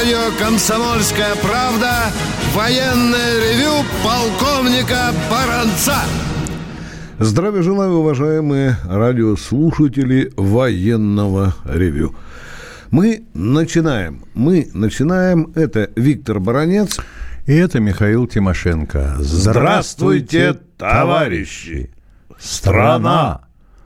радио «Комсомольская правда» военное ревю полковника Баранца. Здравия желаю, уважаемые радиослушатели военного ревю. Мы начинаем. Это Виктор Баранец. И это Михаил Тимошенко. Здравствуйте, товарищи! Страна!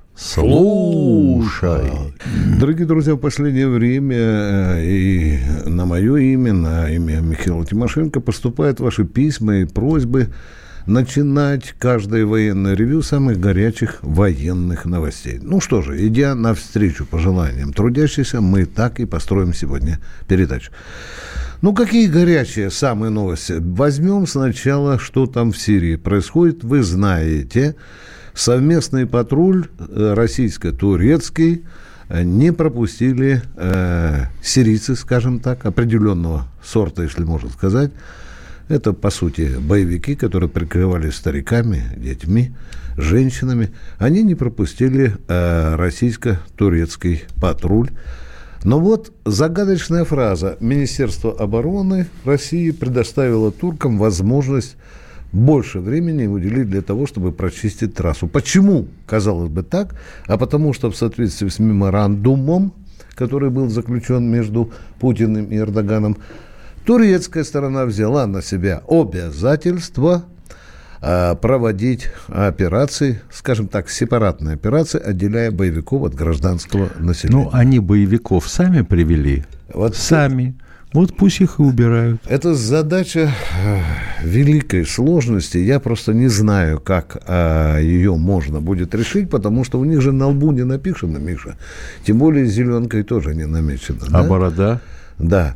Слушай! Дорогие друзья, в последнее время и на мое имя, на имя Михаила Тимошенко поступают ваши письма и просьбы начинать каждое военное ревью с самых горячих военных новостей. Ну что же, идя навстречу пожеланиям трудящихся, мы так и построим сегодня передачу. Ну, какие горячие самые новости? Возьмем сначала, что там в Сирии происходит. Вы знаете, совместный патруль российско-турецкий не пропустили сирийцы, скажем так, определенного сорта, если можно сказать. Это, по сути, боевики, которые прикрывались стариками, детьми, женщинами. Они не пропустили российско-турецкий патруль. Но вот загадочная фраза. Министерство обороны России предоставило туркам возможность больше времени уделить для того, чтобы прочистить трассу. Почему, казалось бы, так? А потому что в соответствии с меморандумом, который был заключен между Путиным и Эрдоганом, турецкая сторона взяла на себя обязательство проводить операции, скажем так, сепаратные операции, отделяя боевиков от гражданского населения. Ну, они боевиков сами привели. Вот сами. Вот пусть их и убирают. Это задача великой сложности. Я просто не знаю, как ее можно будет решить, потому что у них же на лбу не написано, Миша. Тем более зеленкой тоже не намечено. А да? Борода? Да.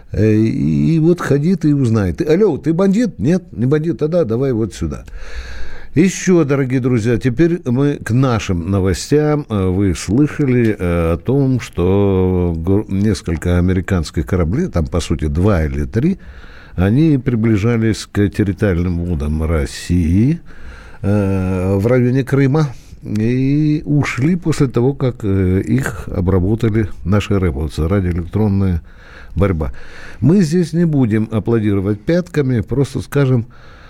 И вот ходи ты и узнай. Алло, ты бандит? Нет, не бандит. Тогда давай вот сюда. Еще, дорогие друзья, теперь мы к нашим новостям. Вы слышали о том, что несколько американских кораблей, там, по сути, 2 или 3, они приближались к территориальным водам России в районе Крыма и ушли после того, как их обработали наши рэповцы, радиоэлектронная борьба. Мы здесь не будем аплодировать пятками, просто скажем,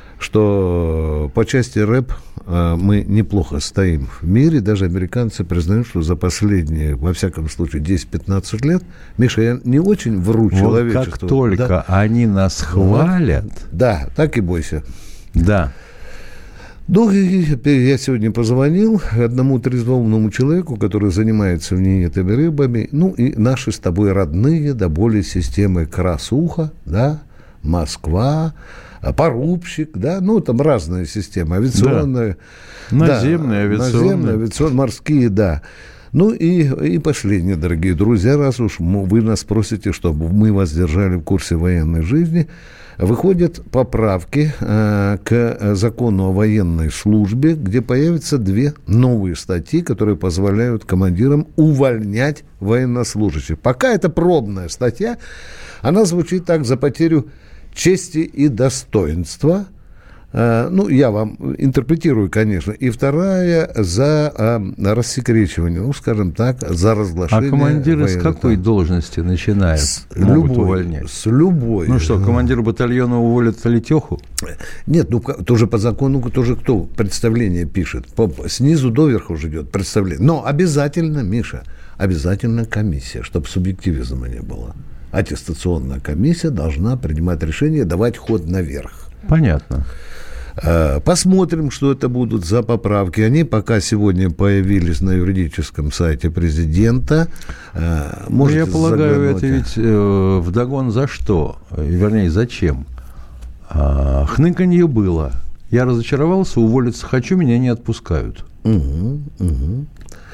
что по части рэп мы неплохо стоим в мире. Даже американцы признают, что за последние, во всяком случае, 10-15 лет, Миша, я не очень вру вот человечеству. Как только да? Они нас хвалят. Да, так и бойся. Да. Ну, я сегодня позвонил одному трезвоумному человеку, который занимается линейными рыбами, ну, и наши с тобой родные до боли системы Красуха, да, Москва, Порубщик, да, ну, там разные системы, авиационные. Да. Наземные, авиационные, морские, да. Ну, и последнее, дорогие друзья, раз уж вы нас просите, чтобы мы вас держали в курсе военной жизни, выходят поправки к закону о военной службе, где появятся 2 новые статьи, которые позволяют командирам увольнять военнослужащих. Пока это пробная статья, она звучит так: за потерю чести и достоинства. Ну, я вам интерпретирую, конечно. И вторая за рассекречивание, ну, скажем так, за разглашение. А командиры с какой должности начинают? Могут увольнять? С любой. Ну что, командир батальона уволит Летеху? Нет, ну, тоже по закону, тоже кто представление пишет. Снизу доверху уже идет представление. Но обязательно, Миша, обязательно комиссия, чтобы субъективизма не было. Аттестационная комиссия должна принимать решение, давать ход наверх. Понятно. Посмотрим, что это будут за поправки. Они пока сегодня появились на юридическом сайте президента. Можете я полагаю, заглянуть. Это ведь вдогон за что? Вернее, зачем? Хныканье было. Я разочаровался, уволиться хочу, меня не отпускают. Угу.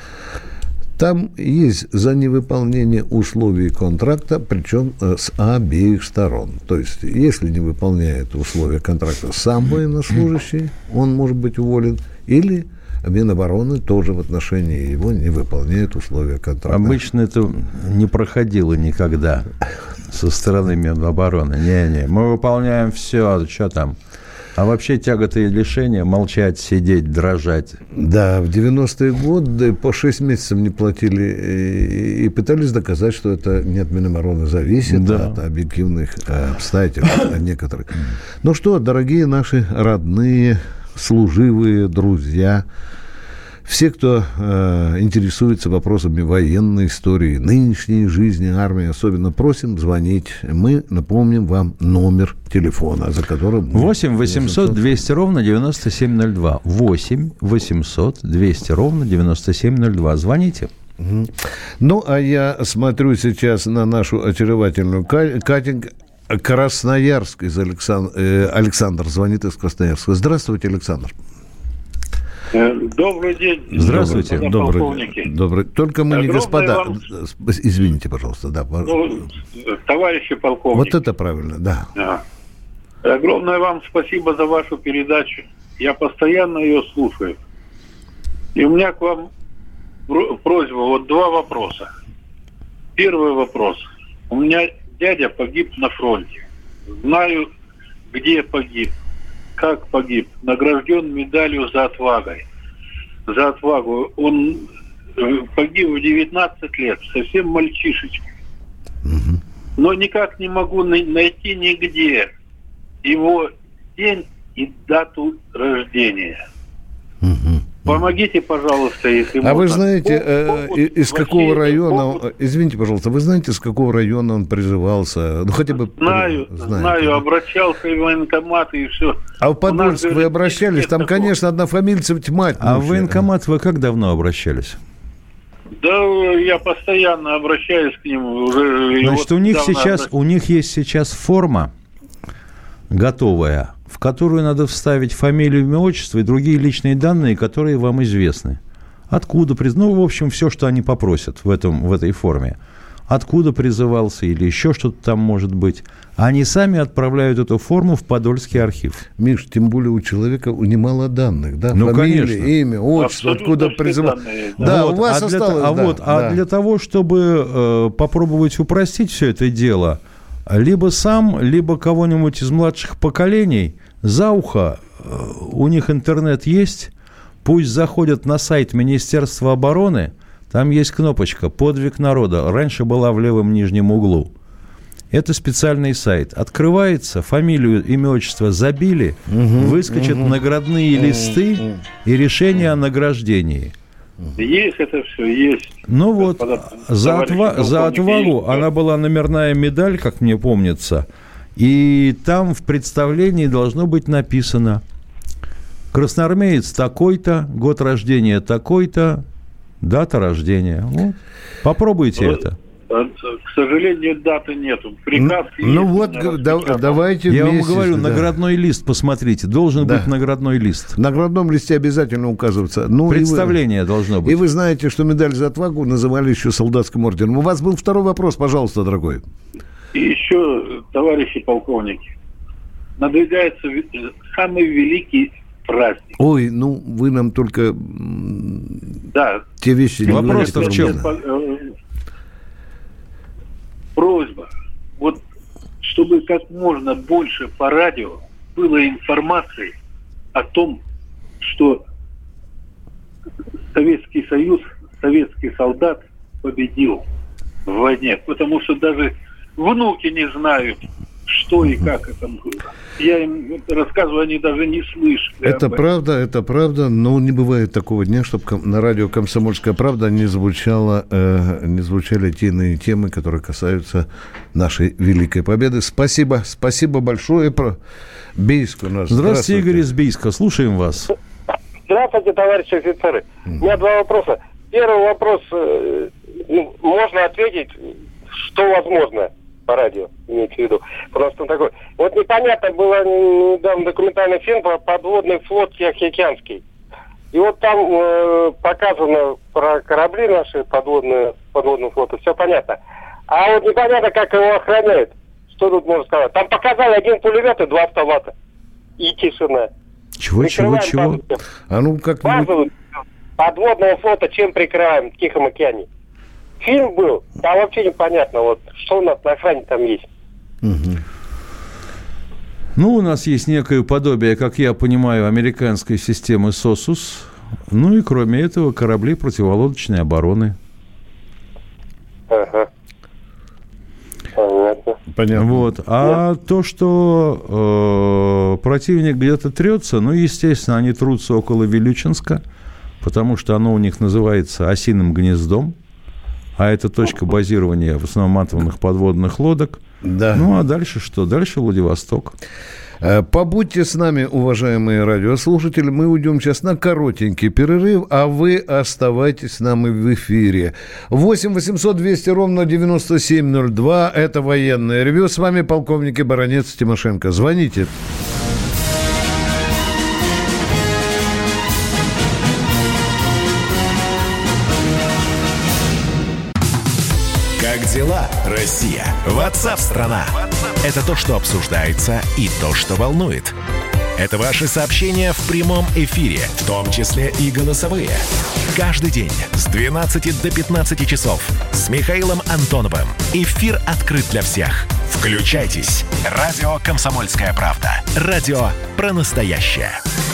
Там есть за невыполнение условий контракта, причем с обеих сторон. То есть, если не выполняет условия контракта сам военнослужащий, он может быть уволен, или Минобороны тоже в отношении его не выполняет условия контракта. Обычно это не проходило никогда со стороны Минобороны. Не, мы выполняем все, что там. А вообще тяготы и лишения, молчать, сидеть, дрожать. Да, в 90-е годы по 6 месяцев не платили и пытались доказать, что это не от Минобороны зависит, а от объективных обстоятельств некоторых. Ну что, дорогие наши родные, служивые, друзья, все, кто интересуется вопросами военной истории, нынешней жизни армии, особенно просим звонить. Мы напомним вам номер телефона, за которым... 8 800 200 ровно 9702. 8 800 200 ровно 9702. Звоните. Ну, а я смотрю сейчас на нашу очаровательную Катеньку. Красноярск из Александр звонит из Красноярска. Здравствуйте, Александр. Добрый день. Здравствуйте. Добрый. Только мы не господа. Вам... Извините, пожалуйста. Да. Товарищи полковники. Вот это правильно, да. Огромное вам спасибо за вашу передачу. Я постоянно ее слушаю. И у меня к вам просьба. Вот 2 вопроса. Первый вопрос. У меня дядя погиб на фронте. Знаю, где погиб. Как погиб? Награжден медалью за отвагу. Он погиб в 19 лет, совсем мальчишечкой. Но никак не могу найти нигде его день и дату рождения. Помогите, пожалуйста, если можно. А вы знаете, из какого района, извините, пожалуйста, вы знаете, из какого района он призывался? Ну, хотя бы... Знаю, обращался и в военкомат, и все. А в Подольск вы обращались? Там, конечно, однофамильцев тьма. А в военкомат вы как давно обращались? Да, я постоянно обращаюсь к нему. Значит, у них есть сейчас форма готовая, в которую надо вставить фамилию, имя, отчество и другие личные данные, которые вам известны. Откуда ну, в общем, все, что они попросят в этой форме. Откуда призывался или еще что-то там может быть. Они сами отправляют эту форму в Подольский архив. Миш, тем более у человека немало данных, да? Ну, фамилия, конечно. имя, отчество, откуда призывал. Да, вот, у вас осталось. Для того, чтобы попробовать упростить все это дело, либо сам, либо кого-нибудь из младших поколений за ухо, у них интернет есть, пусть заходят на сайт Министерства обороны, там есть кнопочка «Подвиг народа», раньше была в левом нижнем углу. Это специальный сайт. Открывается, фамилию, имя, отчество забили, выскочат наградные листы и решение о награждении. Есть это все, есть. Ну вот, за отвагу она была номерная медаль, как мне помнится, и там в представлении должно быть написано: красноармеец такой-то, год рождения такой-то, дата рождения. Вот. Попробуйте это. К сожалению, даты нету. Приказ ну вот, давайте я вместе. вам говорю, наградной лист посмотрите. Должен быть наградной лист. В наградном листе обязательно указывается. Представление должно быть. И вы знаете, что медаль за отвагу называли еще солдатским орденом. У вас был второй вопрос, пожалуйста, дорогой. И еще, товарищи полковники, надвигается самый великий праздник. Ой, ну вы нам только те вещи не говорите. Вопрос-то в чем? Просьба, вот, чтобы как можно больше по радио было информации о том, что Советский Союз, советский солдат победил в войне. Потому что даже внуки не знают, что и как это было. Я им рассказываю, они даже не слышали. Это правда, но не бывает такого дня, чтобы на радио «Комсомольская правда» не звучали те иные темы, которые касаются нашей великой победы. Спасибо большое. Бийск у нас. Здравствуйте, Игорь из Бийска. Слушаем вас. Здравствуйте, товарищи офицеры. У меня 2 вопроса. Первый вопрос, можно ответить, что возможно по радио, имеется в виду. Просто такой. Вот непонятно, был недавно документальный фильм про подводный флот Тихоокеанский. И вот там показано про корабли наши подводного флота, все понятно. А вот непонятно, как его охраняют. Что тут можно сказать? Там показали 1 пулемет и 2 автомата. И тишина. Чего? А ну как базу подводного флота чем прикрываем в Тихом океане? Фильм был, там вообще непонятно, вот что у нас на охране там есть. Ну, у нас есть некое подобие, как я понимаю, американской системы СОСУС. Ну и кроме этого корабли противолодочной обороны. Ага. Понятно. Понятно. Вот. А то, что противник где-то трется, ну, естественно, они трутся около Вилючинска, потому что оно у них называется осиным гнездом, а это точка базирования в основном атомных подводных лодок. Да. Ну, а дальше что? Дальше Владивосток. Побудьте с нами, уважаемые радиослушатели. Мы уйдем сейчас на коротенький перерыв, а вы оставайтесь с нами в эфире. 8 800 200 ровно 9702. Это военное ревю. С вами полковник и баронец Тимошенко. Звоните. Как дела, Россия? WhatsApp-страна! Это то, что обсуждается, и то, что волнует. Это ваши сообщения в прямом эфире, в том числе и голосовые. Каждый день с 12 до 15 часов с Михаилом Антоновым. Эфир открыт для всех. Включайтесь. Радио «Комсомольская правда». Радио про настоящее.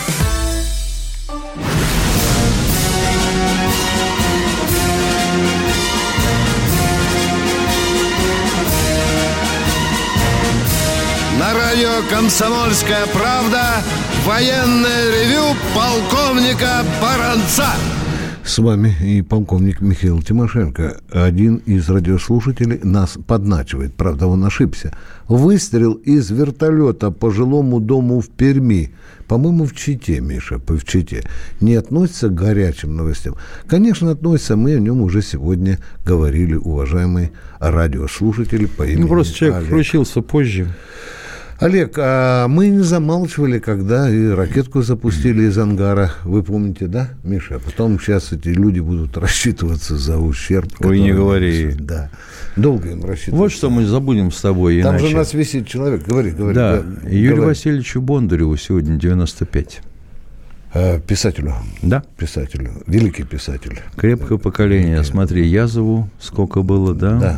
На радио «Комсомольская правда» военное ревю полковника Баранца. С вами и полковник Михаил Тимошенко. Один из радиослушателей нас подначивает. Правда, он ошибся. Выстрел из вертолета по жилому дому в Перми. По-моему, в Чите, Миша, в Чите. Не относится к горячим новостям? Конечно, относится. Мы о нем уже сегодня говорили, уважаемые радиослушатели по имени просто человек Олег. включился позже. Олег, а мы не замалчивали, когда и ракетку запустили из ангара. Вы помните, да, Миша? Потом сейчас эти люди будут рассчитываться за ущерб. Ой, не говори. Да. Долго им рассчитываться. Вот что мы забудем с тобой. Там иначе. же у нас висит человек. Говори. Да, Юрию говори. Васильевичу Бондареву сегодня 95. Писателю. Да. Писателю. Великий писатель. Крепкое поколение. Смотри, Язову сколько было, да? Да.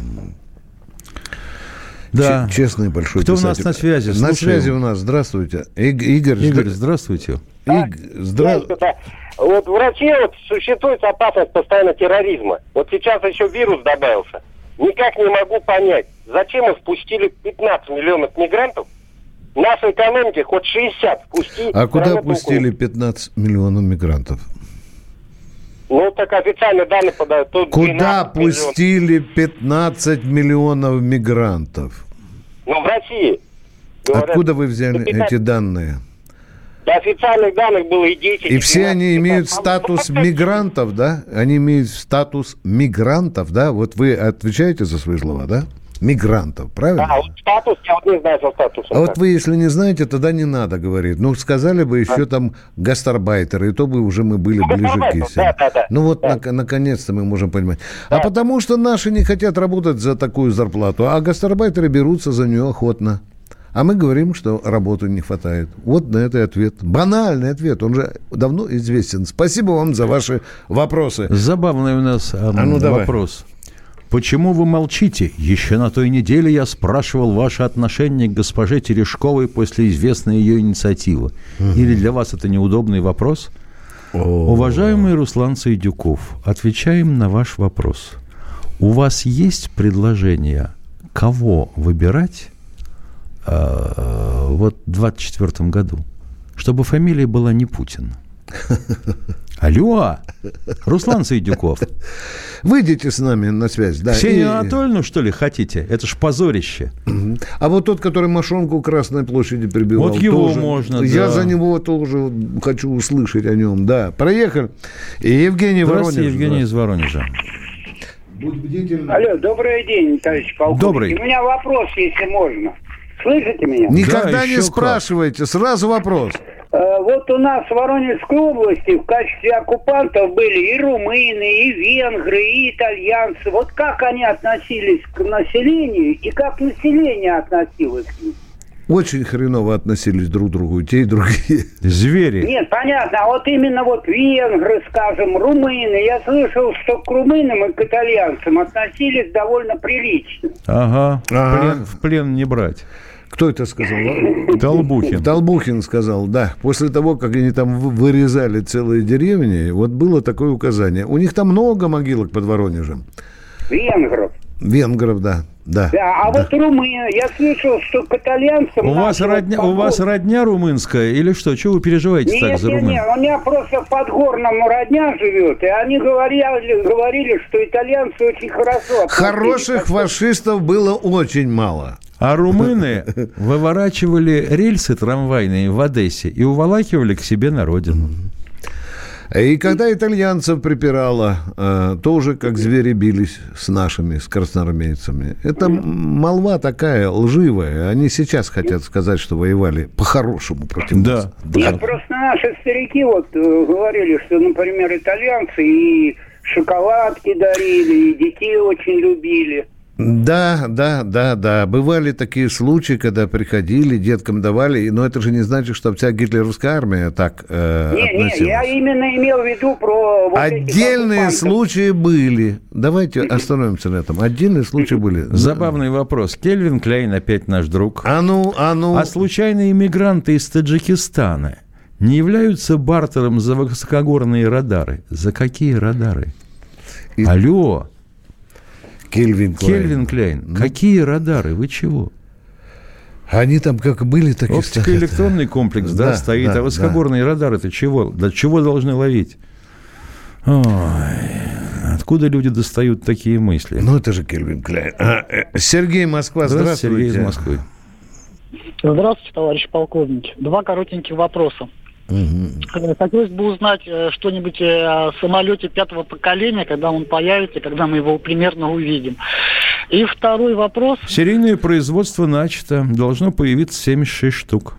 Да. Честный большой Кто писатель. у нас на связи? На Слушаем. связи у нас. Здравствуйте. Игорь, Здравствуйте. Да, вот в России существует опасность постоянно терроризма. Вот сейчас еще вирус добавился. Никак не могу понять, зачем мы впустили 15 миллионов мигрантов. Нашей экономике хоть 60 впусти. А куда пустили 15 миллионов мигрантов? Ну, так официальные данные подают. Тут Куда 12 пустили 15 миллионов мигрантов? Ну, в России. Говорят, Откуда вы взяли эти данные? до официальных данных было и 10. И все 12, они имеют 15. статус мигрантов, да? Они имеют статус мигрантов, да? Вот вы отвечаете за свои слова, да? Мигрантов, правильно? Да, вот статус, я вот не знаю со статусом. А вот вы, если не знаете, тогда не надо говорить. Ну, сказали бы еще там гастарбайтеры, и то бы уже мы были ближе к истине. Да. Ну вот, наконец-то мы можем понимать. А потому что наши не хотят работать за такую зарплату, а гастарбайтеры берутся за нее охотно. А мы говорим, что работы не хватает. Вот на это ответ. Банальный ответ, он же давно известен. Спасибо вам за ваши вопросы. Забавный у нас вопрос. Почему вы молчите? Еще на той неделе я спрашивал ваше отношение к госпоже Терешковой после известной ее инициативы. Или для вас это неудобный вопрос? Уважаемый Руслан Сайдюков, отвечаем на ваш вопрос. У вас есть предложение, кого выбирать вот в 2024 году? Чтобы фамилия была не Путин. Алло, Руслан Сайдюков. Выйдите с нами на связь. Да. Ксению Анатольевну, что ли, хотите? Это ж позорище. А вот тот, который мошонку Красной площади прибивал. Вот его тоже. можно, Я да. за него тоже хочу услышать о нем. Да, проехали. И Евгений Воронеж. Здравствуйте, Евгений из Воронежа. Будь бдительны. Алло, добрый день, товарищ полковник. Добрый. У меня вопрос, если можно. Слышите меня? Никогда Да, не еще спрашивайте, сразу вопрос. Вот у нас в Воронежской области в качестве оккупантов были и румыны, и венгры, и итальянцы. Вот как они относились к населению и как население относилось к ним? Очень хреново относились друг к другу, те и другие. Звери. Нет, понятно, а вот именно вот венгры, скажем, румыны. Я слышал, что к румынам и к итальянцам относились довольно прилично. Ага. Ага. В плен не брать. Кто это сказал? Толбухин. Толбухин сказал, да. После того, как они там вырезали целые деревни, вот было такое указание. У них там много могилок под Воронежем. Венгров, да. Да, а вот румыны, я слышал, что к итальянцам... У вас родня румынская или что? Чего вы переживаете так за румын? Нет, у меня просто в Подгорном родня живет, и они говорили, что итальянцы очень хорошо... Хороших фашистов было очень мало. А румыны выворачивали рельсы трамвайные в Одессе и уволакивали к себе на родину. И когда итальянцев припирало, тоже как звери бились с нашими, с красноармейцами. Это молва такая лживая. Они сейчас хотят сказать, что воевали по-хорошему против нас. Нет, просто наши старики вот говорили, что, например, итальянцы и шоколадки дарили, и детей очень любили. Да. Бывали такие случаи, когда приходили, деткам давали, но это же не значит, что вся гитлеровская армия так относилась. Я именно имел в виду про... Вот отдельные случаи были. Давайте остановимся на этом. Отдельные случаи были. Забавный вопрос. Кельвин Кляйн опять наш друг. А ну. А случайные иммигранты из Таджикистана не являются бартером за высокогорные радары? За какие радары? Алло. Кельвин Кляйн. Какие радары? Вы чего? Они там как были, так и стоят. Оптико-электронный комплекс, стоит. А высокогорные радары-то чего? До чего должны ловить? Ой, откуда люди достают такие мысли? Ну, это же Кельвин Кляйн. Сергей, Москва, здравствуйте. Сергей из Москвы. Здравствуйте, товарищ полковник. 2 коротеньких вопроса. Хотелось бы узнать что-нибудь о самолете 5-го поколения, когда он появится, когда мы его примерно увидим. И второй вопрос. Серийное производство начато. Должно появиться 76 штук.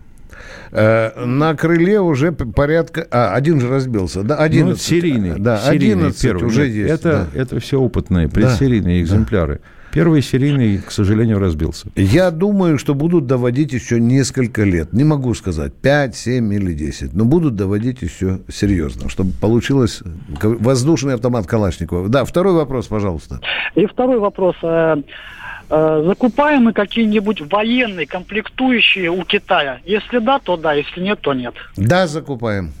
На крыле уже порядка... один же разбился. Да, 11. Серийный. Да, 11 первый. уже есть. Это все опытные, предсерийные экземпляры. Первый серийный, к сожалению, разбился. Я думаю, что будут доводить еще несколько лет. Не могу сказать, 5, 7 или 10. Но будут доводить еще серьезно, чтобы получилось воздушный автомат Калашникова. Да, второй вопрос, пожалуйста. И второй вопрос. Закупаем мы какие-нибудь военные комплектующие у Китая? Если да, то да. Если нет, то нет. Да, закупаем.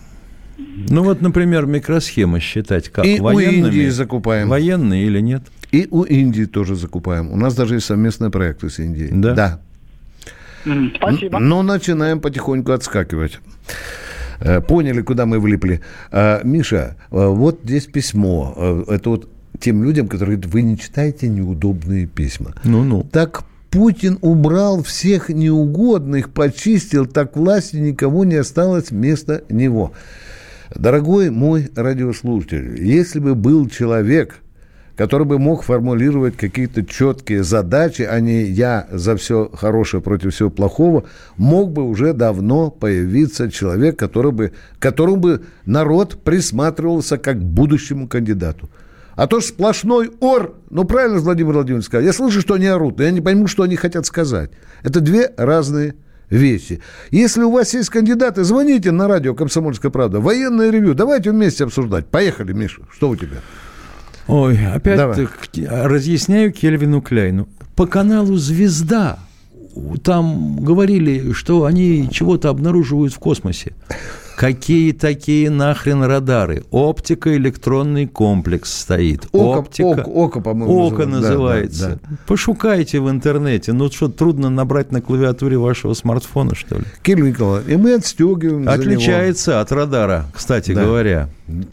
Ну вот, например, микросхемы считать как и военными. У Индии закупаем. Военные или нет? И у Индии тоже закупаем. У нас даже есть совместные проекты с Индией. Да. Спасибо. Но начинаем потихоньку отскакивать. Поняли, куда мы влипли. Миша, вот здесь письмо. Это вот тем людям, которые говорят, вы не читаете неудобные письма. Так Путин убрал всех неугодных, почистил, так власти никому не осталось вместо него. Дорогой мой радиослушатель, если бы был человек, который бы мог формулировать какие-то четкие задачи, а не я за все хорошее против всего плохого, мог бы уже давно появиться человек, которому бы народ присматривался как к будущему кандидату. А то сплошной ор, правильно Владимир Владимирович сказал, я слышу, что они орут, но я не пойму, что они хотят сказать. Это 2 разные вещи. Если у вас есть кандидаты, звоните на радио «Комсомольская правда». Военное ревью, давайте вместе обсуждать. Поехали, Миша, что у тебя? Ой, опять разъясняю Кельвину Кляйну. По каналу «Звезда» там говорили, что они чего-то обнаруживают в космосе. Какие такие нахрен радары? Оптико-электронный комплекс стоит. Око, по-моему, Око называется. Да. Пошукайте в интернете. Что, трудно набрать на клавиатуре вашего смартфона, что ли? Кирилл Николаевич, и мы отстегиваем. Отличается от радара, кстати говоря.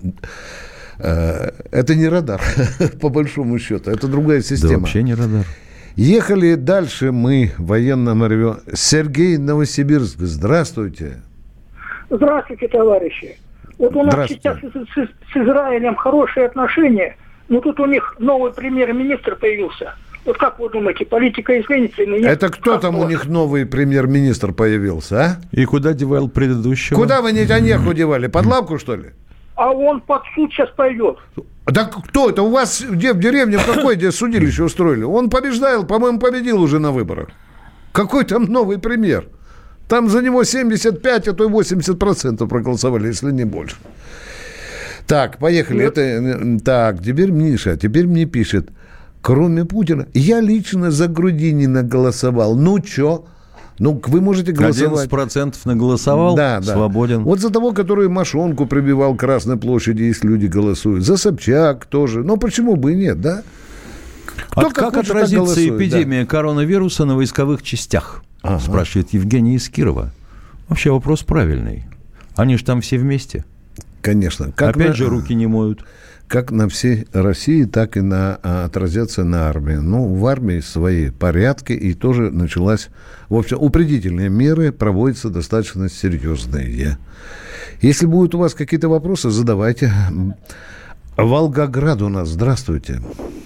Это не радар, по большому счету. Это другая система. Да вообще не радар. Ехали дальше мы в военном ревю. Сергей, Новосибирск, здравствуйте. Здравствуйте, товарищи. Вот у нас сейчас с Израилем хорошие отношения, но тут у них новый премьер-министр появился. Вот как вы думаете, политика изменится или нет? Это кто там у них новый премьер-министр появился, а? И куда девал предыдущего? Куда вы Нетаньяху девали? Под лавку, что ли? А он под суд сейчас пойдет. Да кто это? У вас где в деревне где судилище устроили? Он побеждал, по-моему, победил уже на выборах. Какой там новый премьер? Там за него 75, а то и 80% проголосовали, если не больше. Так, поехали. Так, теперь Миша, мне пишет. Кроме Путина, я лично за Грудинина голосовал. Ну чё? Ну, вы можете голосовать. 11% наголосовал, свободен. Вот за того, который мошонку прибивал к Красной площади, если люди голосуют. За Собчак тоже. Но почему бы и нет, да? Как отразится эпидемия коронавируса на войсковых частях? Спрашивает Евгений из Кирова. Вообще вопрос правильный. Они же там все вместе. Конечно. Опять же, руки не моют. Как на всей России, так и отразятся на армии. Ну, в армии свои порядки, и тоже началась, в общем, упредительные меры проводятся достаточно серьезные. Если будут у вас какие-то вопросы, задавайте. Волгоград у нас, здравствуйте.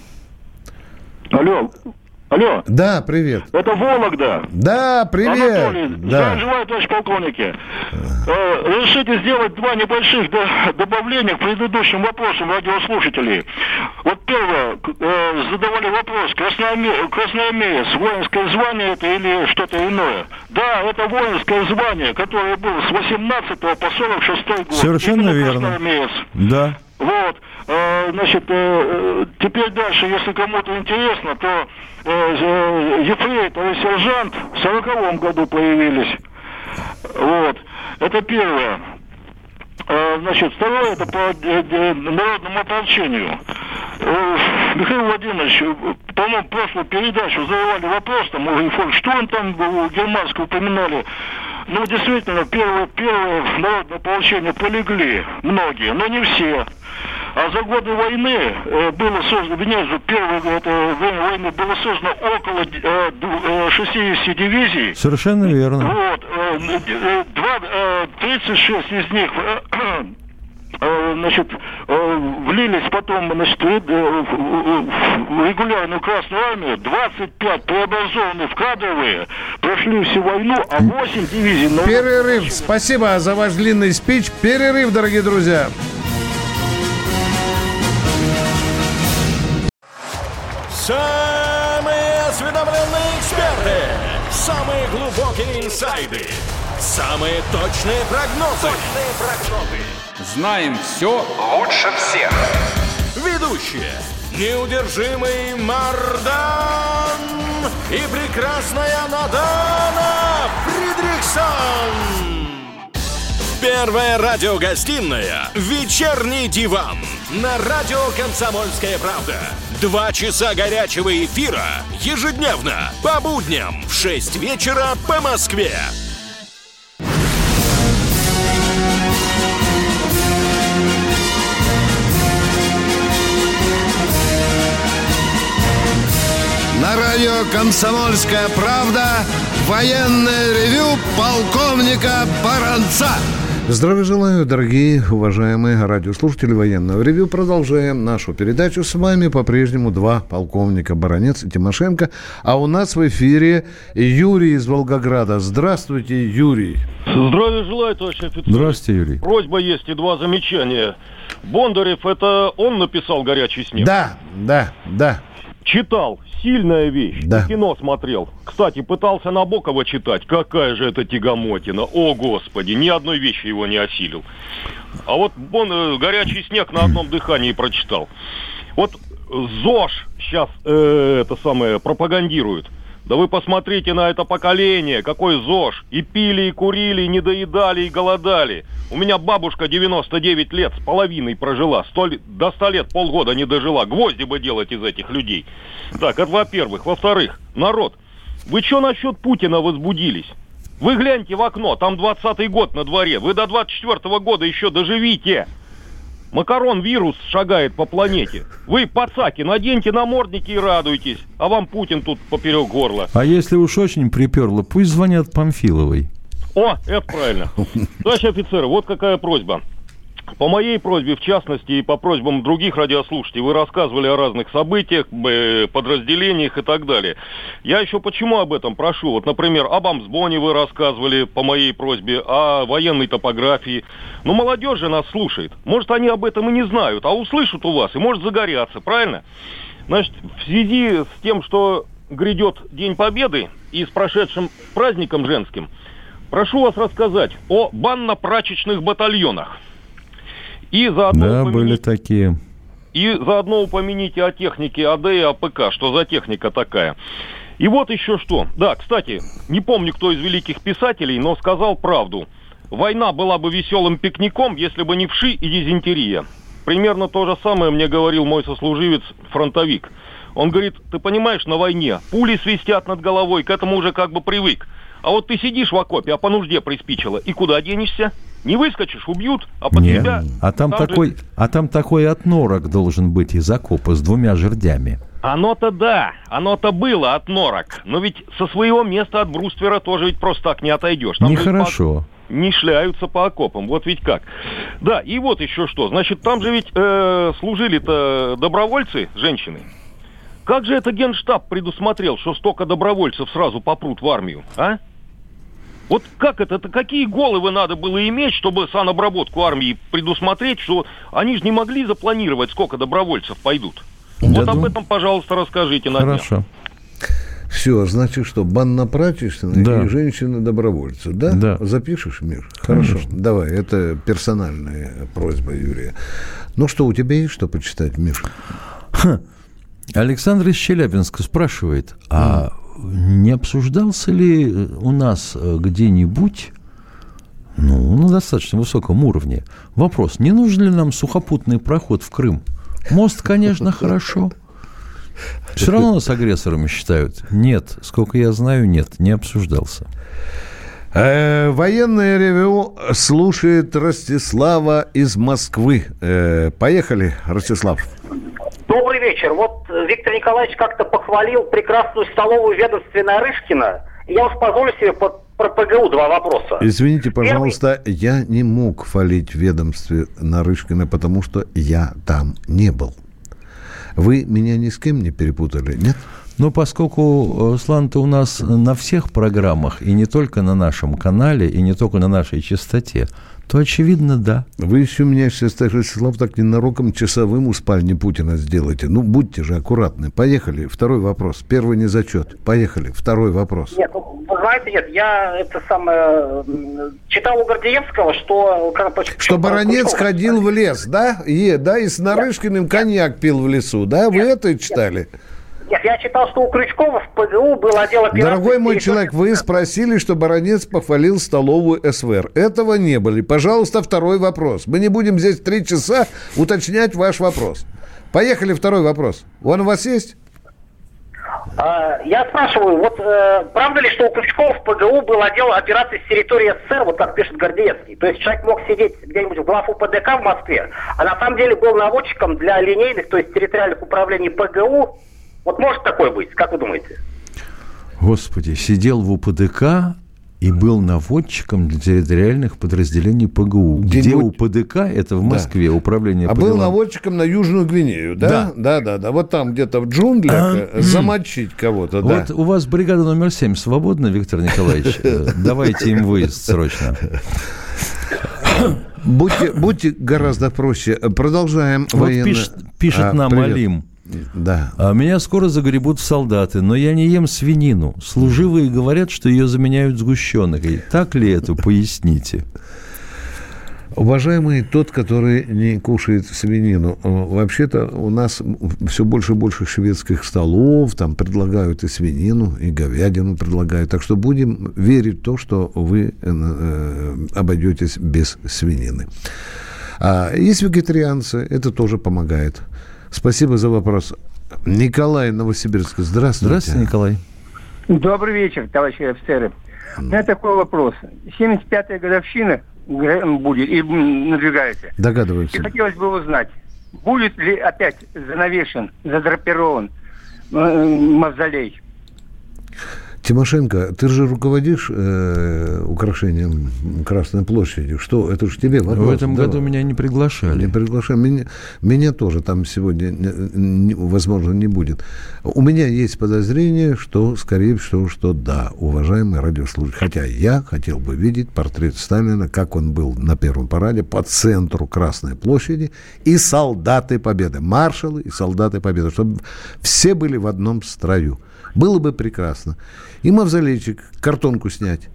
Алло. Да, привет. Это Вологда. Да, привет. Анатолий, здравия желаю, товарищ полковники. Разрешите сделать два небольших добавления к предыдущим вопросам радиослушателей. Вот первое, задавали вопрос, красноармеец, воинское звание это или что-то иное? Да, это воинское звание, которое было с 18 по 46 год. Совершенно верно. Да. Вот, значит, теперь дальше, если кому-то интересно, то ефрейтор и сержант в 40-м году появились. Вот, это первое. Значит, второе, это по народному ополчению. Михаил Владимирович, по-моему, прошлую передачу задавали вопрос, там, что там германского упоминали. Ну, действительно, первое народное ополчение полегли многие, но не все. А за годы войны было создано, первое время войны было создано около 60 дивизий. Совершенно верно. Вот, 36 из них значит, влились потом, значит, в регулярную Красную Армию, 25 преобразованы в кадровые, прошли всю войну, а 8 дивизий... Перерыв. Спасибо за ваш длинный спич. Перерыв, дорогие друзья. Самые осведомленные эксперты, самые глубокие инсайды, самые точные прогнозы. Знаем все лучше всех. Ведущие: неудержимый Мардан и прекрасная Надана Фридрихсон. Первая радиогостинная «Вечерний диван» на радио «Комсомольская правда». 2 часа горячего эфира ежедневно по будням в 6 вечера по Москве. На радио «Комсомольская правда» военное ревю полковника Баранца. Здравия желаю, дорогие, уважаемые радиослушатели военного ревью. Продолжаем нашу передачу. С вами по-прежнему 2 полковника Баранец и Тимошенко. А у нас в эфире Юрий из Волгограда. Здравствуйте, Юрий. Здравия желаю, товарищ офицер. Здравствуйте, Юрий. Просьба есть и 2 замечания. Бондарев, это он написал «Горячий снег»? Да. Читал. Сильная вещь. Да. Кино смотрел. Кстати, пытался Набокова читать. Какая же это тягомотина. О, Господи, ни одной вещи его не осилил. А вот он «Горячий снег» на одном дыхании прочитал. Вот ЗОЖ сейчас пропагандирует. Да вы посмотрите на это поколение, какой ЗОЖ. И пили, и курили, и недоедали, и голодали. У меня бабушка 99 лет с половиной прожила. До 100 лет полгода не дожила. Гвозди бы делать из этих людей. Так, это во-первых. Во-вторых, народ, вы что насчет Путина возбудились? Вы гляньте в окно, там 20-й год на дворе. Вы до 24-го года еще доживите. Макарон вирус шагает по планете. Вы, пацаки, наденьте намордники и радуйтесь. А вам Путин тут поперек горла. А если уж очень приперло, пусть звонят Памфиловой. О, это правильно. Товарищи офицеры, вот какая просьба. По моей просьбе, в частности, и по просьбам других радиослушателей, вы рассказывали о разных событиях, подразделениях и так далее. Я еще почему об этом прошу? Вот, например, об Амсбоне вы рассказывали по моей просьбе, о военной топографии. Ну, молодежь же нас слушает. Может, они об этом и не знают, а услышат у вас и, может, загорятся, правильно? Значит, в связи с тем, что грядет День Победы и с прошедшим праздником женским, прошу вас рассказать о банно-прачечных батальонах. И заодно были такие. И заодно упомяните о технике АД и АПК, что за техника такая. И вот еще что. Да, кстати, не помню, кто из великих писателей, но сказал правду. Война была бы веселым пикником, если бы не вши и дизентерия. Примерно то же самое мне говорил мой сослуживец, фронтовик. Он говорит, ты понимаешь, на войне пули свистят над головой, к этому уже как бы привык. А вот ты сидишь в окопе, а по нужде приспичило, и куда денешься? Не выскочишь, убьют, а под тебя... А там такой отнорок должен быть из окопа с 2 жердями. Оно-то да, оно-то было отнорок. Но ведь со своего места от бруствера тоже ведь просто так не отойдешь. Там нехорошо. Не шляются по окопам, вот ведь как. Да, и вот еще что. Значит, там же ведь служили-то добровольцы, женщины. Как же это Генштаб предусмотрел, что столько добровольцев сразу попрут в армию, а? Вот как это какие головы надо было иметь, чтобы санобработку армии предусмотреть, что они же не могли запланировать, сколько добровольцев пойдут? Вот об этом, пожалуйста, расскажите на днях. Хорошо. Все, значит, что банно-прачечные и женщины-добровольцы, да? Да. Запишешь, Миш? Хорошо. Давай, это персональная просьба Юрия. Ну что, у тебя есть что почитать, Миш? Александр из Челябинска спрашивает, а не обсуждался ли у нас где-нибудь, на достаточно высоком уровне, вопрос, не нужен ли нам сухопутный проход в Крым? Мост, конечно, хорошо. Все равно нас агрессорами считают. Нет, сколько я знаю, нет, не обсуждался. Военное ревю слушает Ростислава из Москвы. Поехали, Ростислав. Добрый вечер. Вот Виктор Николаевич как-то похвалил прекрасную столовую ведомстве Нарышкина. Я уж позволю себе про ПГУ 2 вопроса. Извините, пожалуйста, я не мог хвалить ведомстве Нарышкина, потому что я там не был. Вы меня ни с кем не перепутали, нет? Ну, поскольку, Слан-то у нас на всех программах, и не только на нашем канале, и не только на нашей частоте, то, очевидно, да. Вы еще меня сейчас, Ростислав, так ненароком часовым у спальни Путина сделаете. Ну, будьте же аккуратны. Поехали. Второй вопрос. Первый не зачет. Поехали. Второй вопрос. Нет, вы знаете, я читал у Гордеевского, что... Что Баранец ходил в лес, да? И с Нарышкиным коньяк пил в лесу, да? Вы это читали? Нет, я читал, что у Крючкова в ПГУ был отдел операций... Дорогой мой человек, вы спросили, что Баранец похвалил столовую СВР. Этого не было. Пожалуйста, второй вопрос. Мы не будем здесь 3 часа уточнять ваш вопрос. Поехали, второй вопрос. Он у вас есть? Я спрашиваю, вот правда ли, что у Крючкова в ПГУ был отдел операций с территории СССР, вот как пишет Гордеевский? То есть человек мог сидеть где-нибудь в главу ПДК в Москве, а на самом деле был наводчиком для линейных, то есть территориальных управлений ПГУ. Вот может такое быть? Как вы думаете? Господи, сидел в УПДК и был наводчиком для территориальных подразделений ПГУ. Где УПДК? Это в Москве, управление ПГУ. А был наводчиком на Южную Гвинею, да? Да. Вот там где-то в джунглях замочить кого-то, да. Вот у вас бригада номер 7 свободна, Виктор Николаевич? Давайте им выезд срочно. Будьте гораздо проще. Продолжаем. Вот пишет нам Алим. Да. Меня скоро загребут в солдаты, но я не ем свинину. Служивые говорят, что ее заменяют сгущенкой. Так ли это? Поясните. Уважаемый тот, который не кушает свинину, вообще-то у нас все больше и больше шведских столов, там предлагают и свинину, и говядину предлагают. Так что будем верить в то, что вы обойдетесь без свинины. А есть вегетарианцы, это тоже помогает. Спасибо за вопрос. Николай, Новосибирск. Здравствуйте. Здравствуйте, Николай. Добрый вечер, товарищи офицеры. У меня такой вопрос. 75-я годовщина будет и надвигается. Догадываемся. И хотелось бы узнать, будет ли опять занавешен, задрапирован мавзолей? Тимошенко, ты же руководишь украшением Красной площади. Что? Это же тебе вопрос. В этом году меня не приглашали. Не приглашали. Меня тоже там сегодня, возможно, не будет. У меня есть подозрение, что, скорее всего, что да, уважаемый радиослушатель. Хотя я хотел бы видеть портрет Сталина, как он был на первом параде по центру Красной площади, и солдаты Победы, маршалы и солдаты Победы, чтобы все были в одном строю. Было бы прекрасно. И мавзолейчик, картонку снять.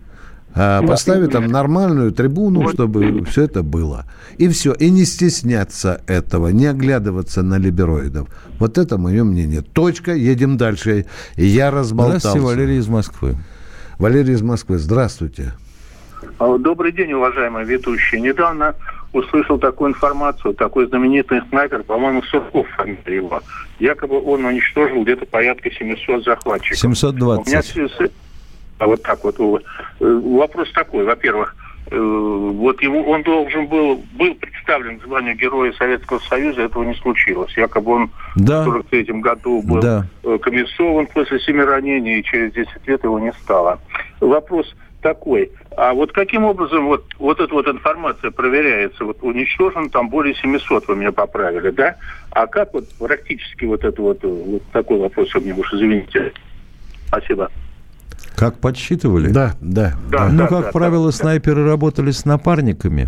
поставить там нормальную трибуну, чтобы все это было. И все. И не стесняться этого, не оглядываться на либероидов. Вот это мое мнение. Точка, едем дальше. Я разболтался. Здравствуйте, Валерий из Москвы. Валерий из Москвы, здравствуйте. Добрый день, уважаемый ведущий. Недавно услышал такую информацию, такой знаменитый снайпер, по-моему, Сурков фамилия его. Якобы он уничтожил где-то порядка 700 захватчиков. 720. У меня вот так вот. Вопрос такой, во-первых, вот он должен был представлен к званию Героя Советского Союза, этого не случилось. Якобы он в 1943 году был комиссован после 7 ранений, и через 10 лет его не стало. Вопрос такой, а вот каким образом вот эта вот информация проверяется? Вот уничтожен там более 700, вы меня поправили, да? А как вот практически вот это вот такой вопрос, вы мне уж извините. Спасибо. Как подсчитывали? Да. Как правило, снайперы работали с напарниками.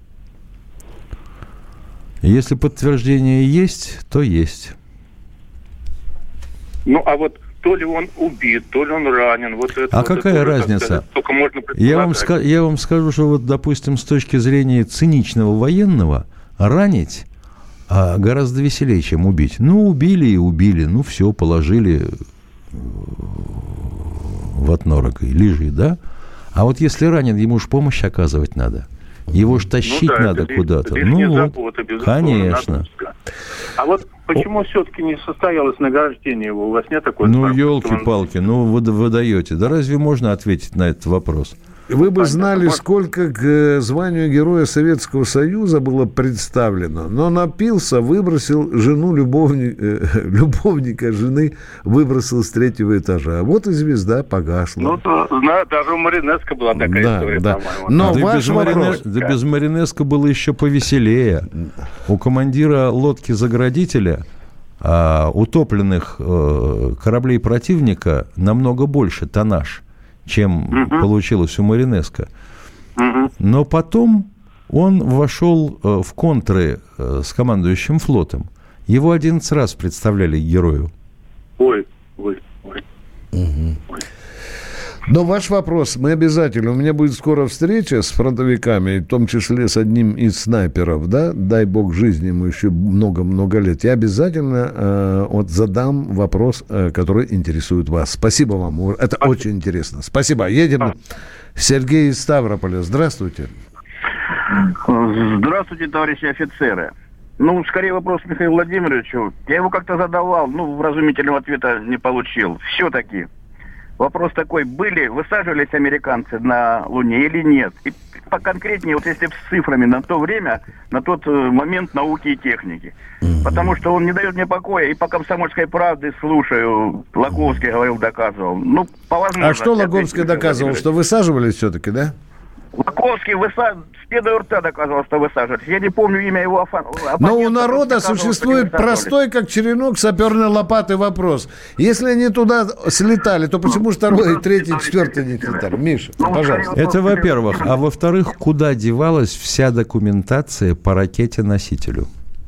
Если подтверждение есть, то есть. Ну, а вот то ли он убит, то ли он ранен. Вот это, какая разница? Только можно я вам скажу, что вот, допустим, с точки зрения циничного военного, ранить гораздо веселее, чем убить. Ну, убили и убили. Ну, все, положили в отнорок и лежи, да? А вот если ранен, ему же помощь оказывать надо. Его ж тащить надо куда-то. Забота, конечно. А вот почему все-таки не состоялось награждение его? У вас нет такой информации? Елки-палки, вы даете. Да разве можно ответить на этот вопрос? Вы бы знали, сколько к званию Героя Советского Союза было представлено. Но напился, выбросил жену, любовника жены, выбросил с 3-го этажа. Вот и звезда погасла. Ну, даже у Маринеско была такая история, по-моему. Но ваш вопрос... без Маринеско было еще повеселее. У командира лодки-заградителя утопленных кораблей противника намного больше тоннаж, чем получилось у Маринеско. Но потом он вошел в контры с командующим флотом. Его 11 раз представляли герою. Ой. Но ваш вопрос, мы обязательно, у меня будет скоро встреча с фронтовиками, в том числе с одним из снайперов, да, дай бог жизни ему еще много-много лет, я обязательно задам вопрос, который интересует вас. Спасибо вам, это очень интересно. Спасибо. Едем. Сергей из Ставрополя, здравствуйте. Здравствуйте, товарищи офицеры. Скорее вопрос Михаилу Владимировичу. Я его как-то задавал, вразумительного ответа не получил. Все-таки вопрос такой, высаживались американцы на Луне или нет? И поконкретнее, вот если с цифрами на то время, на тот момент науки и техники. Потому что он не дает мне покоя, и по «Комсомольской правде» слушаю, Лаговский говорил, доказывал. По возможности. А что Лаговский доказывал, что высаживались все-таки, да? Лаговский с пеной у рта доказывал, что высаживались. Я не помню имя его. Но у народа существует простой, как черенок саперной лопаты, вопрос. Если они туда слетали, то почему же 2-й, 3-й, 4-й не слетали? Миша, пожалуйста. Это во-первых. А во-вторых, куда девалась вся документация по ракете-носителю?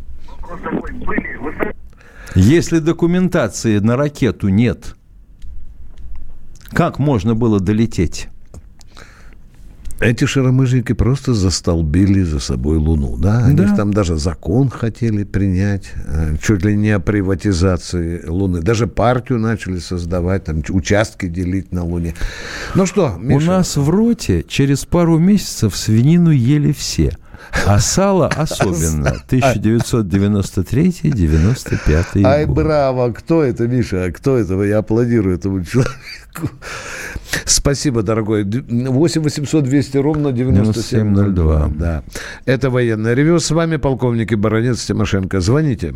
Если документации на ракету нет, как можно было долететь? Эти шаромыжники просто застолбили за собой Луну, да? Они там даже закон хотели принять, чуть ли не о приватизации Луны. Даже партию начали создавать, там участки делить на Луне. Ну что, Миша? У нас в роте через пару месяцев свинину ели все. А сало особенно. 1993-95 Ай, браво! Кто это, Миша? Кто это? Я аплодирую этому человеку. Спасибо, дорогой. 8-800-200-97-02. Да. Это военное ревю. С вами полковник и баронец Тимошенко. Звоните.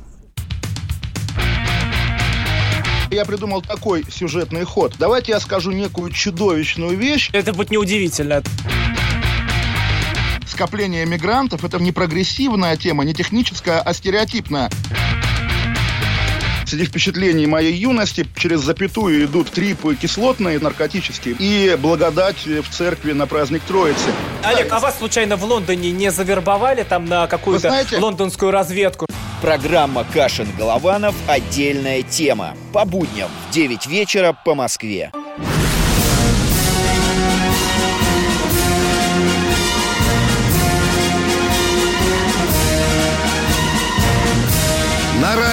Я придумал такой сюжетный ход. Давайте я скажу некую чудовищную вещь. Это будет неудивительно. Скопление мигрантов – это не прогрессивная тема, не техническая, а стереотипная. Среди впечатлений моей юности через запятую идут трипы кислотные, наркотические, и благодать в церкви на праздник Троицы. Олег, а вас случайно в Лондоне не завербовали там на какую-то лондонскую разведку? Программа «Кашин-Голованов. Отдельная тема». По будням в 9 вечера по Москве.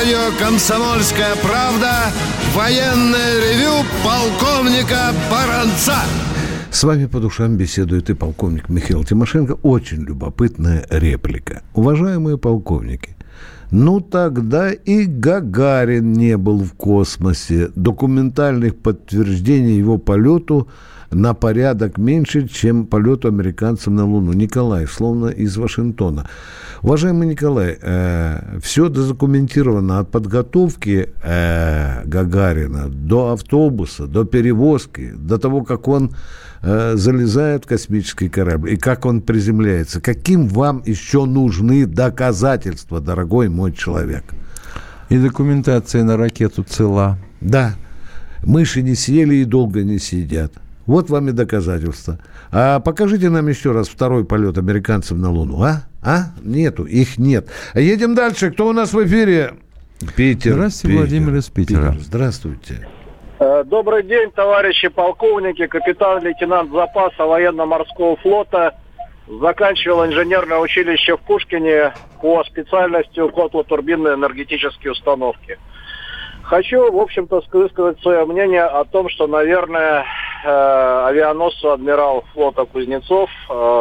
радио «Комсомольская правда» военное ревю полковника Баранца. С вами по душам беседует и полковник Михаил Тимошенко. Очень любопытная реплика. Уважаемые полковники, ну тогда и Гагарин не был в космосе. Документальных подтверждений его полету на порядок меньше, чем полету американцев на Луну. Николай, словно из Вашингтона. Уважаемый Николай, все дозакументировано от подготовки Гагарина до автобуса, до перевозки, до того, как он залезает в космический корабль и как он приземляется. Каким вам еще нужны доказательства, дорогой мой человек? И документация на ракету цела. Да. Мыши не съели и долго не сидят. Вот вам и доказательства. А покажите нам еще раз второй полет американцев на Луну, а? Нету, их нет. Едем дальше. Кто у нас в эфире? Питер. Здравствуйте, Владимир из Питера. Здравствуйте. Добрый день, товарищи полковники, капитан-лейтенант запаса военно-морского флота. Заканчивал инженерное училище в Пушкине по специальности котло-турбинные энергетические установки. Хочу, в общем-то, высказать свое мнение о том, что, наверное, авианосцу адмирал флота Кузнецов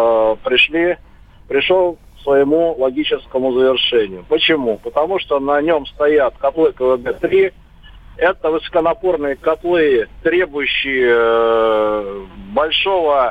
пришел к своему логическому завершению. Почему? Потому что на нем стоят котлы КВГ-3. Это высоконапорные котлы, требующие большого,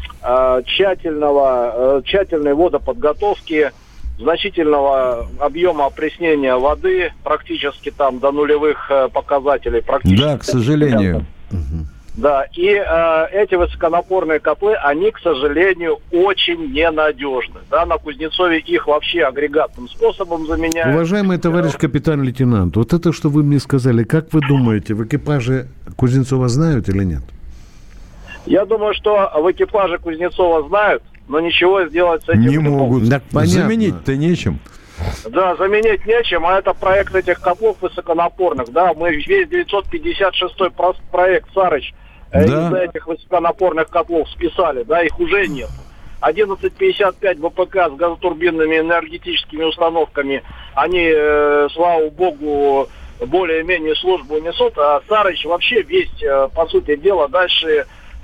тщательной водоподготовки, значительного объема опреснения воды, практически там до нулевых показателей. Да, к сожалению. Да, и эти высоконапорные котлы, они, к сожалению, очень ненадежны. Да, на Кузнецове их вообще агрегатным способом заменяют. Уважаемый товарищ капитан-лейтенант, вот это, что вы мне сказали, как вы думаете, в экипаже Кузнецова знают или нет? Я думаю, что в экипаже Кузнецова знают, но ничего сделать с этим не могут. Так, заменить-то нечем. Да, заменить нечем, а это проект этих котлов высоконапорных. Да, мы весь 956-й проект «Сарыч» из-за этих высоконапорных котлов списали, да, их уже нет. 1155 ВПК с газотурбинными энергетическими установками, они, слава богу, более-менее службу несут, а «Сарыч» вообще весь, по сути дела, дальше...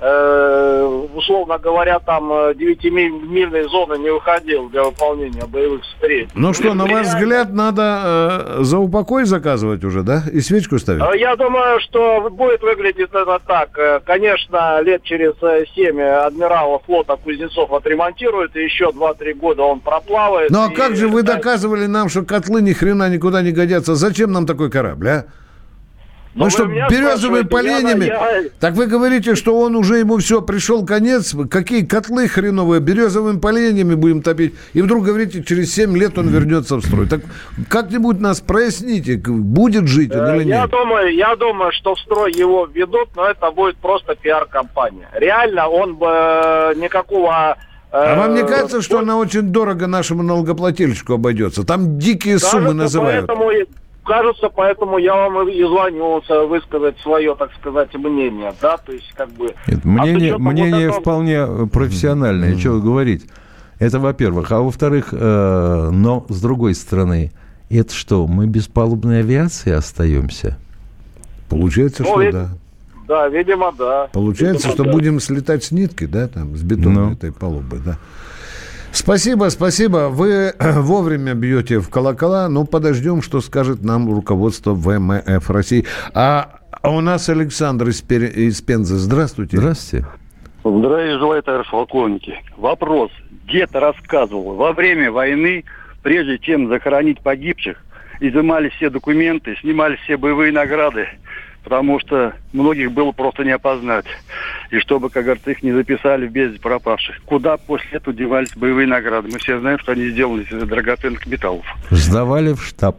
условно говоря, там 9-мильной зоны не выходил для выполнения боевых встреч. Ну что, на ваш взгляд, надо за упокой заказывать уже, да? И свечку ставить? Я думаю, что будет выглядеть это так. Конечно, лет через 7 адмирала флота Кузнецов отремонтирует, и еще 2-3 года он проплавает. Ну а как же вы доказывали нам, что котлы ни хрена никуда не годятся? Зачем нам такой корабль, а? Мы что, березовыми поленьями? Так вы говорите, что он уже, ему все, пришел конец. Какие котлы хреновые, березовыми поленьями будем топить. И вдруг говорите, через 7 лет он вернется в строй. Так как-нибудь нас проясните, будет жить он или нет? Я думаю, что в строй его введут, но это будет просто пиар-компания. Реально он бы никакого... А вам не кажется, что она очень дорого нашему налогоплательщику обойдется? Там дикие суммы называют. Кажется, поэтому я вам и звоню высказать свое, так сказать, мнение, да, то есть как бы... Нет, мнение вполне профессиональное, что говорить. Это во-первых. А во-вторых, но с другой стороны, это что, мы без палубной авиации остаемся? Получается, что да. Да, видимо, да. Получается, что будем слетать с нитки, да, там, с бетонной этой палубы, да. Спасибо. Вы вовремя бьете в колокола. Ну, подождем, что скажет нам руководство ВМФ России. А у нас Александр из Пензы. Здравствуйте. Здравствуйте. Здравия желаю, товарищ полковники. Вопрос. Дед рассказывал, во время войны, прежде чем захоронить погибших, изымали все документы, снимали все боевые награды, потому что многих было просто не опознать. И чтобы, как говорится, их не записали в бездне пропавших. Куда после этого девались боевые награды? Мы все знаем, что они сделаны из драгоценных металлов. Сдавали в штаб.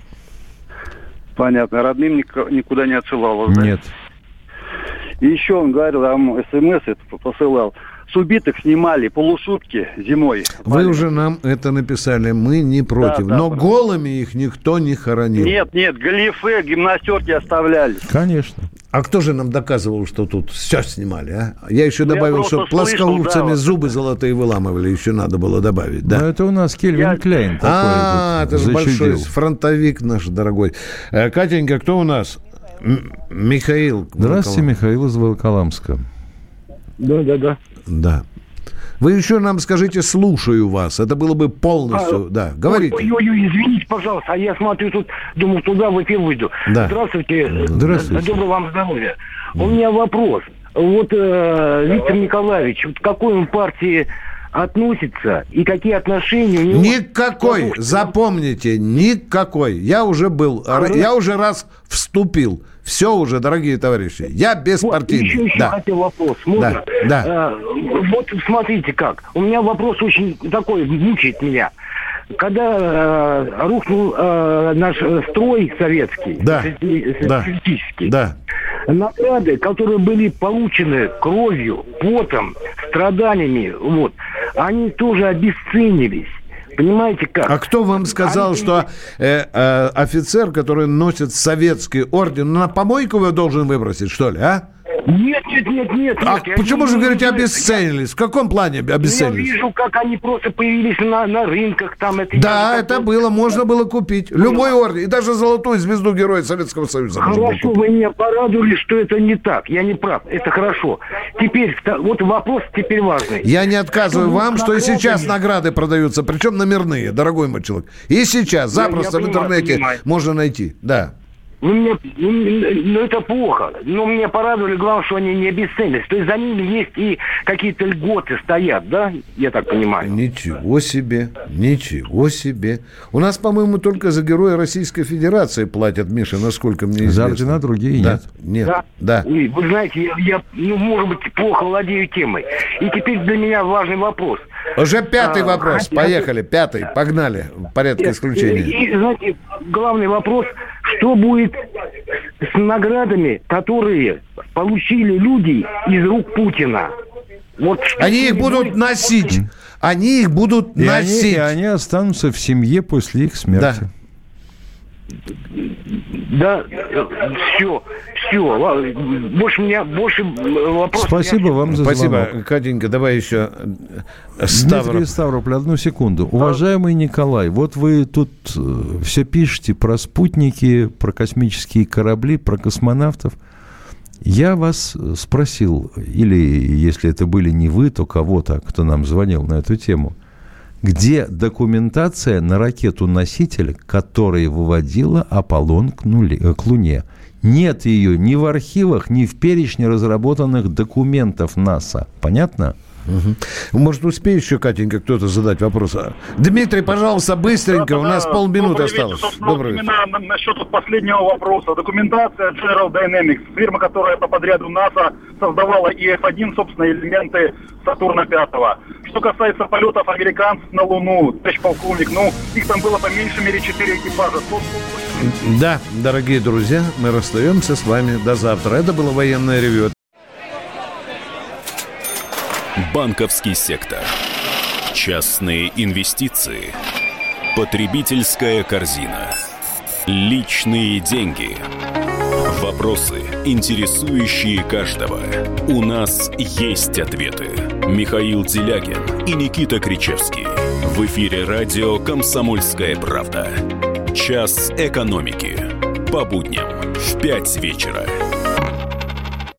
Понятно. Родным никуда не отсылалось, да? Нет. И еще он говорил, там СМС это посылал. С убитых снимали полушубки зимой. Вы уже нам это написали, мы не против. Да, но голыми их никто не хоронил. Нет, галифе, гимнастерки оставляли. Конечно. А кто же нам доказывал, что тут все снимали, а? Я еще добавил, что плоскогубцами зубы золотые выламывали, еще надо было добавить, да. Но это у нас Кельвин Кляйн такой. Это же большой фронтовик наш дорогой. Катенька, кто у нас? Михаил. Здравствуйте, Михаил из Волоколамска. Да. Вы еще нам скажите, слушаю вас. Это было бы полностью... Да, говорите. Ой, извините, пожалуйста, а я смотрю тут, думаю, туда в эфир выйду. Да. Здравствуйте. Здравствуйте. Доброго вам здоровья. У меня вопрос. Вот Виктор Николаевич, вот к какой он партии относится и какие отношения у него... Никакой, запомните, никакой. Я уже был, я уже раз вступил. Все уже, дорогие товарищи. Я беспартийный. Еще хотел вопрос. Можно? Да. Вот смотрите как. У меня вопрос очень такой, мучает меня. Когда рухнул наш строй советский, социалистический, награды, которые были получены кровью, потом, страданиями, вот, они тоже обесценились. Понимаете как? А кто вам сказал, что офицер, который носит советский орден, на помойку его должен выбросить, что ли, а? Нет. А почему же, говорите, обесценились? В каком плане обесценились? Я вижу, как они просто появились на рынках. Там, это было, можно было купить. Любой орден, и даже золотую звезду Героя Советского Союза. Хорошо, вы меня порадовали, что это не так. Я не прав, это хорошо. Теперь, вот вопрос теперь важный. Я не отказываю вам, что и сейчас награды продаются, причем номерные, дорогой мой человек. И сейчас, запросто в интернете можно найти, да. Ну, это плохо. Но меня порадовали, главное, что они не обесценились. То есть за ними есть и какие-то льготы стоят, да? Я так понимаю. Ничего себе. У нас, по-моему, только за Героя Российской Федерации платят, Миша, насколько мне известно. За ордена другие нет. Да. И, вы знаете, я, может быть, плохо владею темой. И теперь для меня важный вопрос. Уже пятый вопрос. Поехали, пятый. Погнали. В порядке исключения. И, знаете, главный вопрос, что будет с наградами, которые получили люди из рук Путина? Вот они их будут носить. Они их будут носить. И они останутся в семье после их смерти. Да, все. Больше вопросов. Спасибо вам за звонок. Спасибо, Катенька. Давай еще Дмитрий Ставрополь, одну секунду. Уважаемый Николай, вот вы тут все пишете про спутники, про космические корабли, про космонавтов. Я вас спросил, или если это были не вы, то кого-то, кто нам звонил на эту тему, где документация на ракету-носитель, которая выводила Аполлон к Луне? Нет ее ни в архивах, ни в перечне разработанных документов НАСА. Понятно? Угу. Может, успеет еще, Катенька, кто-то задать вопрос? Дмитрий, пожалуйста, быстренько, у нас полминуты осталось. Добрый вечер. Насчет последнего вопроса. Документация General Dynamics, фирма, которая по подряду НАСА создавала ИФ-1, собственно, элементы Сатурна-5. Что касается полетов американцев на Луну, товарищ полковник, их там было по меньшей мере 4 экипажа. Да, дорогие друзья, мы расстаемся с вами до завтра. Это было военное ревью. Банковский сектор. Частные инвестиции. Потребительская корзина. Личные деньги. Вопросы, интересующие каждого. У нас есть ответы. Михаил Делягин и Никита Кричевский. В эфире радио «Комсомольская правда». Час экономики. По будням в 5 вечера.